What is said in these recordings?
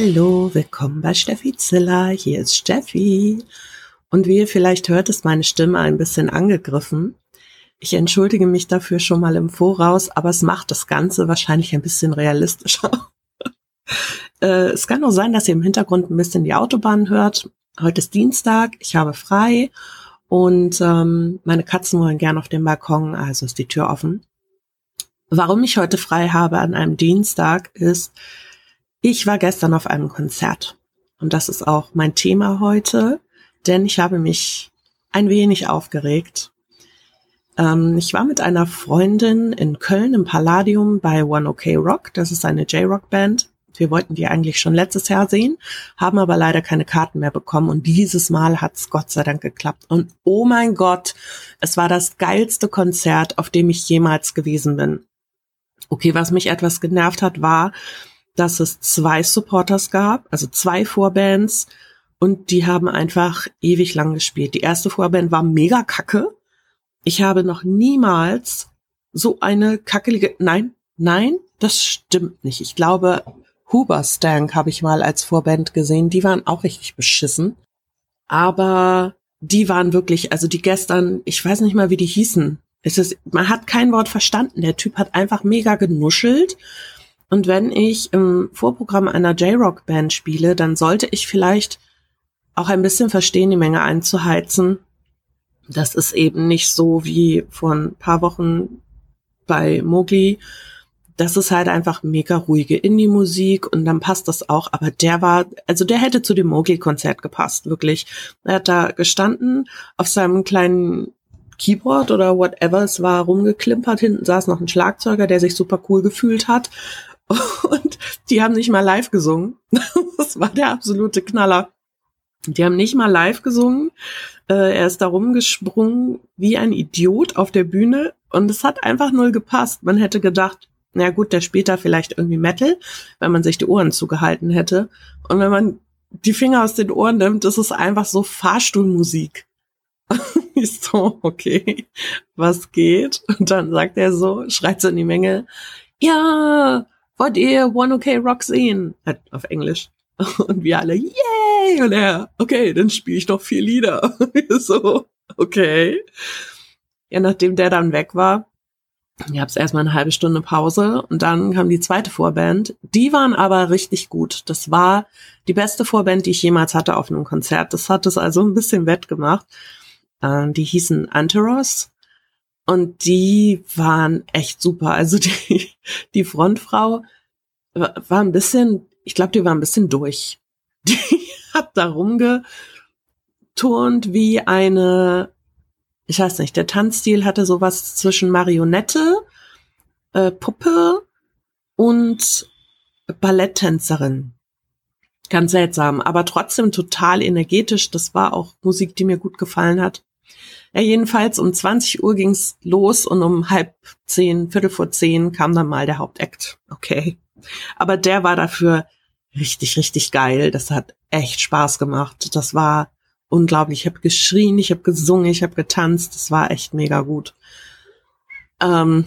Hallo, willkommen bei Steffi Ziller. Hier ist Steffi. Und wie ihr vielleicht hört, ist meine Stimme ein bisschen angegriffen. Ich entschuldige mich dafür schon mal im Voraus, aber es macht das Ganze wahrscheinlich ein bisschen realistischer. Es kann auch sein, dass ihr im Hintergrund ein bisschen die Autobahn hört. Heute ist Dienstag, ich habe frei und meine Katzen wollen gern auf dem Balkon, also ist die Tür offen. Warum ich heute frei habe an einem Dienstag ist, ich war gestern auf einem Konzert und das ist auch mein Thema heute, denn ich habe mich ein wenig aufgeregt. Ich war mit einer Freundin in Köln im Palladium bei One OK Rock, das ist eine J-Rock-Band. Wir wollten die eigentlich schon letztes Jahr sehen, haben aber leider keine Karten mehr bekommen und dieses Mal hat's Gott sei Dank geklappt. Und oh mein Gott, es war das geilste Konzert, auf dem ich jemals gewesen bin. Okay, was mich etwas genervt hat, war, dass es 2 Supporters gab, also 2 Vorbands und die haben einfach ewig lang gespielt. Die erste Vorband war mega kacke. Ich habe noch niemals so eine kackelige, nein, das stimmt nicht. Ich glaube, Hoobastank habe ich mal als Vorband gesehen. Die waren auch richtig beschissen. Aber die waren wirklich, also die gestern, ich weiß nicht mal, wie die hießen. Man hat kein Wort verstanden. Der Typ hat einfach mega genuschelt. Und wenn ich im Vorprogramm einer J-Rock-Band spiele, dann sollte ich vielleicht auch ein bisschen verstehen, die Menge einzuheizen. Das ist eben nicht so wie vor ein paar Wochen bei Mowgli. Das ist halt einfach mega ruhige Indie-Musik und dann passt das auch. Aber der hätte zu dem Mowgli-Konzert gepasst, wirklich. Er hat da gestanden auf seinem kleinen Keyboard oder whatever es war, rumgeklimpert. Hinten saß noch ein Schlagzeuger, der sich super cool gefühlt hat. Und die haben nicht mal live gesungen. Das war der absolute Knaller. Die haben nicht mal live gesungen. Er ist da rumgesprungen wie ein Idiot auf der Bühne und es hat einfach null gepasst. Man hätte gedacht, na gut, der spielt da vielleicht irgendwie Metal, wenn man sich die Ohren zugehalten hätte. Und wenn man die Finger aus den Ohren nimmt, ist es einfach so Fahrstuhlmusik. Ich so, okay, was geht? Und dann sagt er so, schreit so in die Menge, ja, wollt ihr One OK Rock sehen? Auf Englisch. Und wir alle, yay! Und er, okay, dann spiele ich doch 4 Lieder. So, okay. Ja, nachdem der dann weg war, gab es erstmal eine halbe Stunde Pause und dann kam die zweite Vorband. Die waren aber richtig gut. Das war die beste Vorband, die ich jemals hatte auf einem Konzert. Das hat es also ein bisschen wettgemacht. Die hießen Anteros und die waren echt super. Also die Frontfrau war ein bisschen, ich glaube, die war ein bisschen durch. Die hat da rumgeturnt wie eine, ich weiß nicht, der Tanzstil hatte sowas zwischen Marionette, Puppe und Balletttänzerin. Ganz seltsam, aber trotzdem total energetisch. Das war auch Musik, die mir gut gefallen hat. Ja, jedenfalls um 20 Uhr ging's los und um 9:30, 9:45 kam dann mal der Hauptakt. Okay. Aber der war dafür richtig, richtig geil. Das hat echt Spaß gemacht. Das war unglaublich. Ich habe geschrien, ich habe gesungen, ich habe getanzt. Das war echt mega gut. Der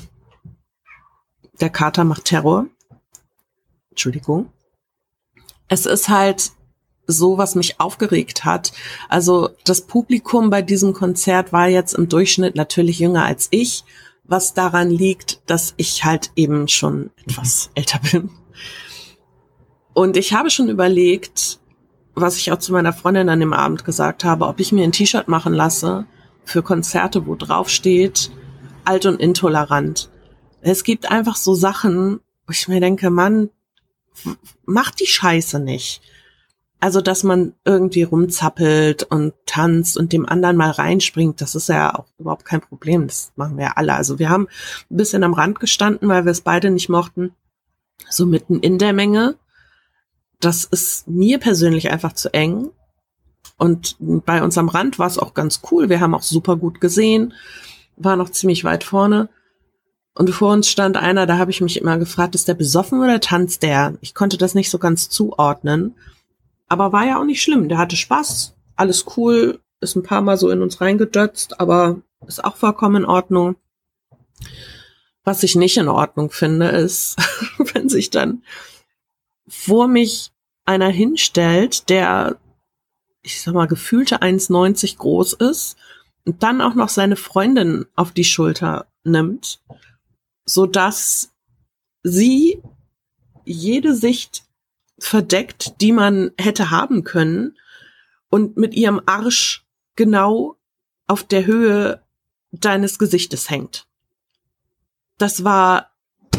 Kater macht Terror. Entschuldigung. Es ist halt so, was mich aufgeregt hat. Also das Publikum bei diesem Konzert war jetzt im Durchschnitt natürlich jünger als ich, was daran liegt, dass ich halt eben schon etwas älter bin. Und ich habe schon überlegt, was ich auch zu meiner Freundin an dem Abend gesagt habe, ob ich mir ein T-Shirt machen lasse für Konzerte, wo drauf steht, alt und intolerant. Es gibt einfach so Sachen, wo ich mir denke, Mann, mach die Scheiße nicht. Also, dass man irgendwie rumzappelt und tanzt und dem anderen mal reinspringt, das ist ja auch überhaupt kein Problem. Das machen wir ja alle. Also wir haben ein bisschen am Rand gestanden, weil wir es beide nicht mochten. So mitten in der Menge. Das ist mir persönlich einfach zu eng. Und bei uns am Rand war es auch ganz cool. Wir haben auch super gut gesehen, war noch ziemlich weit vorne. Und vor uns stand einer, da habe ich mich immer gefragt, ist der besoffen oder tanzt der? Ich konnte das nicht so ganz zuordnen. Aber war ja auch nicht schlimm. Der hatte Spaß, alles cool, ist ein paar Mal so in uns reingedötzt, aber ist auch vollkommen in Ordnung. Was ich nicht in Ordnung finde, ist, wenn sich dann vor mich einer hinstellt, der, ich sag mal, gefühlte 1,90 groß ist und dann auch noch seine Freundin auf die Schulter nimmt, sodass sie jede Sicht verdeckt, die man hätte haben können und mit ihrem Arsch genau auf der Höhe deines Gesichtes hängt. Das war,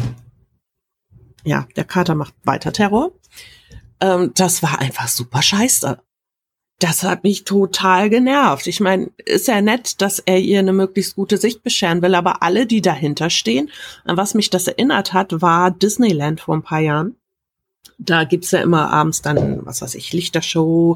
ja, der Kater macht weiter Terror. Das war einfach super scheiße. Das hat mich total genervt. Ich meine, ist ja nett, dass er ihr eine möglichst gute Sicht bescheren will, aber alle, die dahinter stehen, an was mich das erinnert hat, war Disneyland vor ein paar Jahren. Da gibt's ja immer abends dann, was weiß ich, Lichtershow,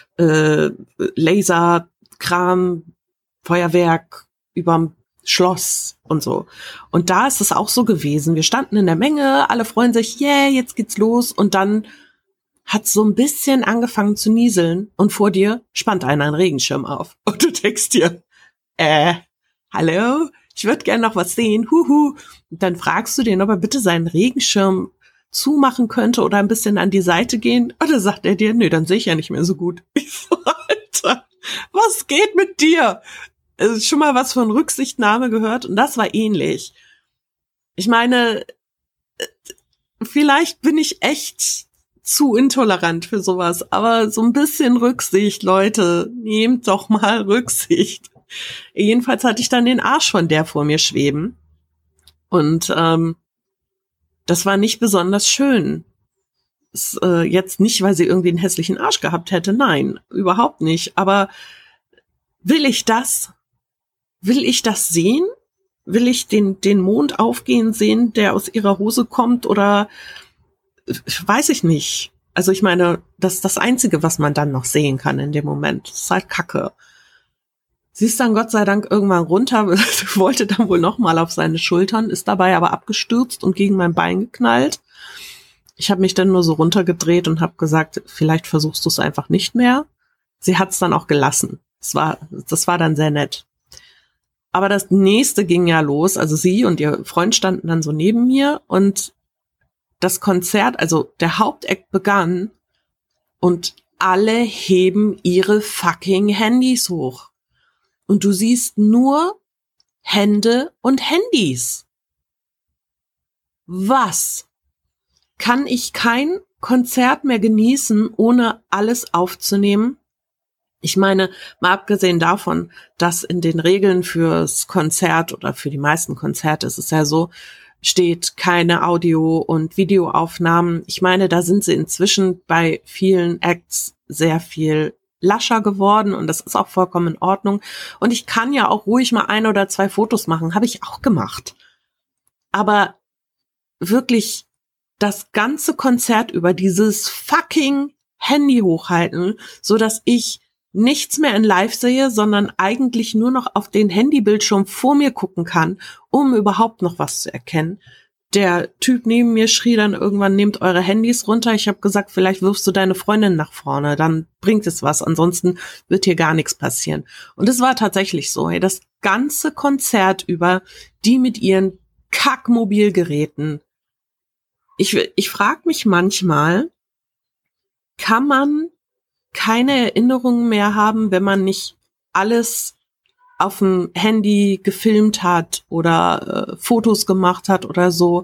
Laserkram, Feuerwerk überm Schloss und so. Und da ist es auch so gewesen. Wir standen in der Menge, alle freuen sich, yeah, jetzt geht's los. Und dann hat so ein bisschen angefangen zu nieseln und vor dir spannt einer einen Regenschirm auf. Und du denkst dir, hallo, ich würde gerne noch was sehen, huhu. Und dann fragst du den, ob er bitte seinen Regenschirm zumachen könnte oder ein bisschen an die Seite gehen. Oder sagt er dir, nö, dann sehe ich ja nicht mehr so gut. Ich so, Alter, was geht mit dir? Schon mal was von Rücksichtnahme gehört? Und das war ähnlich. Ich meine, vielleicht bin ich echt zu intolerant für sowas, aber so ein bisschen Rücksicht, Leute, nehmt doch mal Rücksicht. Jedenfalls hatte ich dann den Arsch von der vor mir schweben und das war nicht besonders schön. Jetzt nicht, weil sie irgendwie einen hässlichen Arsch gehabt hätte, nein, überhaupt nicht, aber will ich das? Will ich das sehen? Will ich den Mond aufgehen sehen, der aus ihrer Hose kommt oder weiß ich nicht. Also ich meine, das ist das Einzige, was man dann noch sehen kann in dem Moment. Das ist halt Kacke. Sie ist dann Gott sei Dank irgendwann runter, wollte dann wohl nochmal auf seine Schultern, ist dabei aber abgestürzt und gegen mein Bein geknallt. Ich habe mich dann nur so runtergedreht und habe gesagt, vielleicht versuchst du es einfach nicht mehr. Sie hat es dann auch gelassen. Das war dann sehr nett. Aber das nächste ging ja los. Also sie und ihr Freund standen dann so neben mir und das Konzert, also der Hauptakt begann und alle heben ihre fucking Handys hoch. Und du siehst nur Hände und Handys. Was? Kann ich kein Konzert mehr genießen, ohne alles aufzunehmen? Ich meine, mal abgesehen davon, dass in den Regeln fürs Konzert oder für die meisten Konzerte ist es ja so, steht keine Audio- und Videoaufnahmen. Ich meine, da sind sie inzwischen bei vielen Acts sehr viel lascher geworden und das ist auch vollkommen in Ordnung. Und ich kann ja auch ruhig mal 1 oder 2 Fotos machen, habe ich auch gemacht. Aber wirklich das ganze Konzert über dieses fucking Handy hochhalten, so dass ich nichts mehr in Live sehe, sondern eigentlich nur noch auf den Handybildschirm vor mir gucken kann, um überhaupt noch was zu erkennen. Der Typ neben mir schrie dann irgendwann, nehmt eure Handys runter. Ich habe gesagt, vielleicht wirfst du deine Freundin nach vorne, dann bringt es was, ansonsten wird hier gar nichts passieren. Und es war tatsächlich so, das ganze Konzert über, die mit ihren Kackmobilgeräten. Ich frage mich manchmal, kann man keine Erinnerungen mehr haben, wenn man nicht alles auf dem Handy gefilmt hat oder Fotos gemacht hat oder so.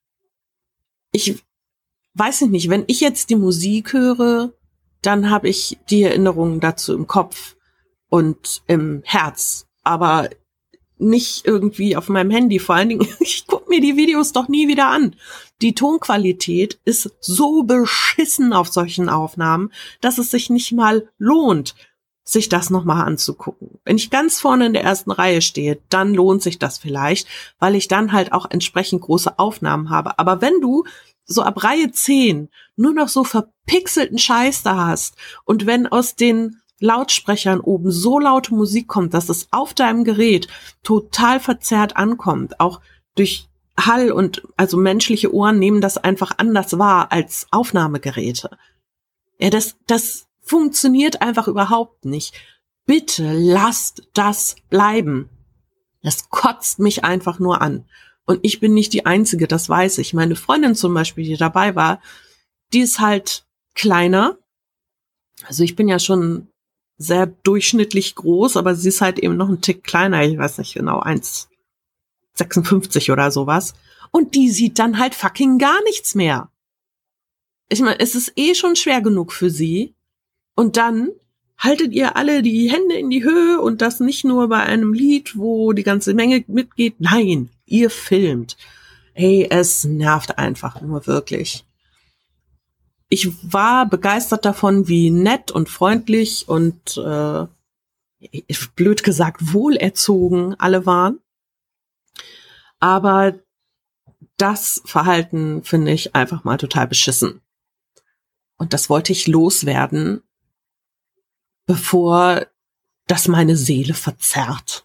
Ich weiß nicht, wenn ich jetzt die Musik höre, dann habe ich die Erinnerungen dazu im Kopf und im Herz, aber nicht irgendwie auf meinem Handy. Vor allen Dingen, ich gucke mir die Videos doch nie wieder an. Die Tonqualität ist so beschissen auf solchen Aufnahmen, dass es sich nicht mal lohnt, sich das nochmal anzugucken. Wenn ich ganz vorne in der ersten Reihe stehe, dann lohnt sich das vielleicht, weil ich dann halt auch entsprechend große Aufnahmen habe. Aber wenn du so ab Reihe 10 nur noch so verpixelten Scheiß da hast und wenn aus den Lautsprechern oben so laute Musik kommt, dass es auf deinem Gerät total verzerrt ankommt, auch durch Hall und also menschliche Ohren nehmen das einfach anders wahr als Aufnahmegeräte. Ja, das funktioniert einfach überhaupt nicht. Bitte lasst das bleiben. Das kotzt mich einfach nur an. Und ich bin nicht die Einzige, das weiß ich. Meine Freundin zum Beispiel, die dabei war, die ist halt kleiner. Also ich bin ja schon sehr durchschnittlich groß, aber sie ist halt eben noch ein Tick kleiner. Ich weiß nicht genau, 1,56 oder sowas. Und die sieht dann halt fucking gar nichts mehr. Ich meine, es ist eh schon schwer genug für sie. Und dann haltet ihr alle die Hände in die Höhe und das nicht nur bei einem Lied, wo die ganze Menge mitgeht. Nein, ihr filmt. Ey, es nervt einfach nur wirklich. Ich war begeistert davon, wie nett und freundlich und blöd gesagt wohlerzogen alle waren. Aber das Verhalten finde ich einfach mal total beschissen. Und das wollte ich loswerden, bevor das meine Seele verzerrt.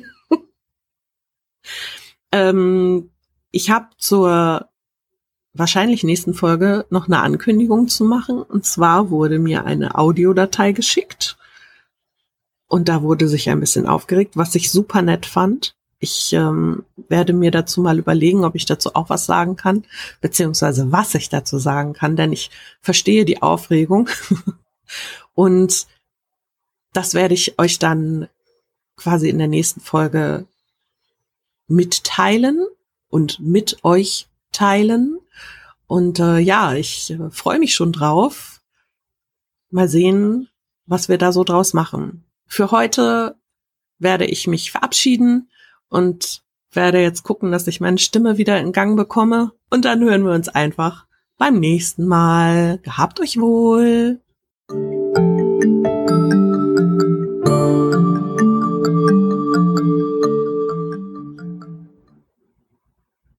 Ich habe zur wahrscheinlich nächsten Folge noch eine Ankündigung zu machen. Und zwar wurde mir eine Audiodatei geschickt. Und da wurde sich ein bisschen aufgeregt, was ich super nett fand. Ich werde mir dazu mal überlegen, ob ich dazu auch was sagen kann, beziehungsweise was ich dazu sagen kann, denn ich verstehe die Aufregung. Und das werde ich euch dann quasi in der nächsten Folge mitteilen und mit euch teilen. Und ja, ich freue mich schon drauf. Mal sehen, was wir da so draus machen. Für heute werde ich mich verabschieden und werde jetzt gucken, dass ich meine Stimme wieder in Gang bekomme. Und dann hören wir uns einfach beim nächsten Mal. Gehabt euch wohl.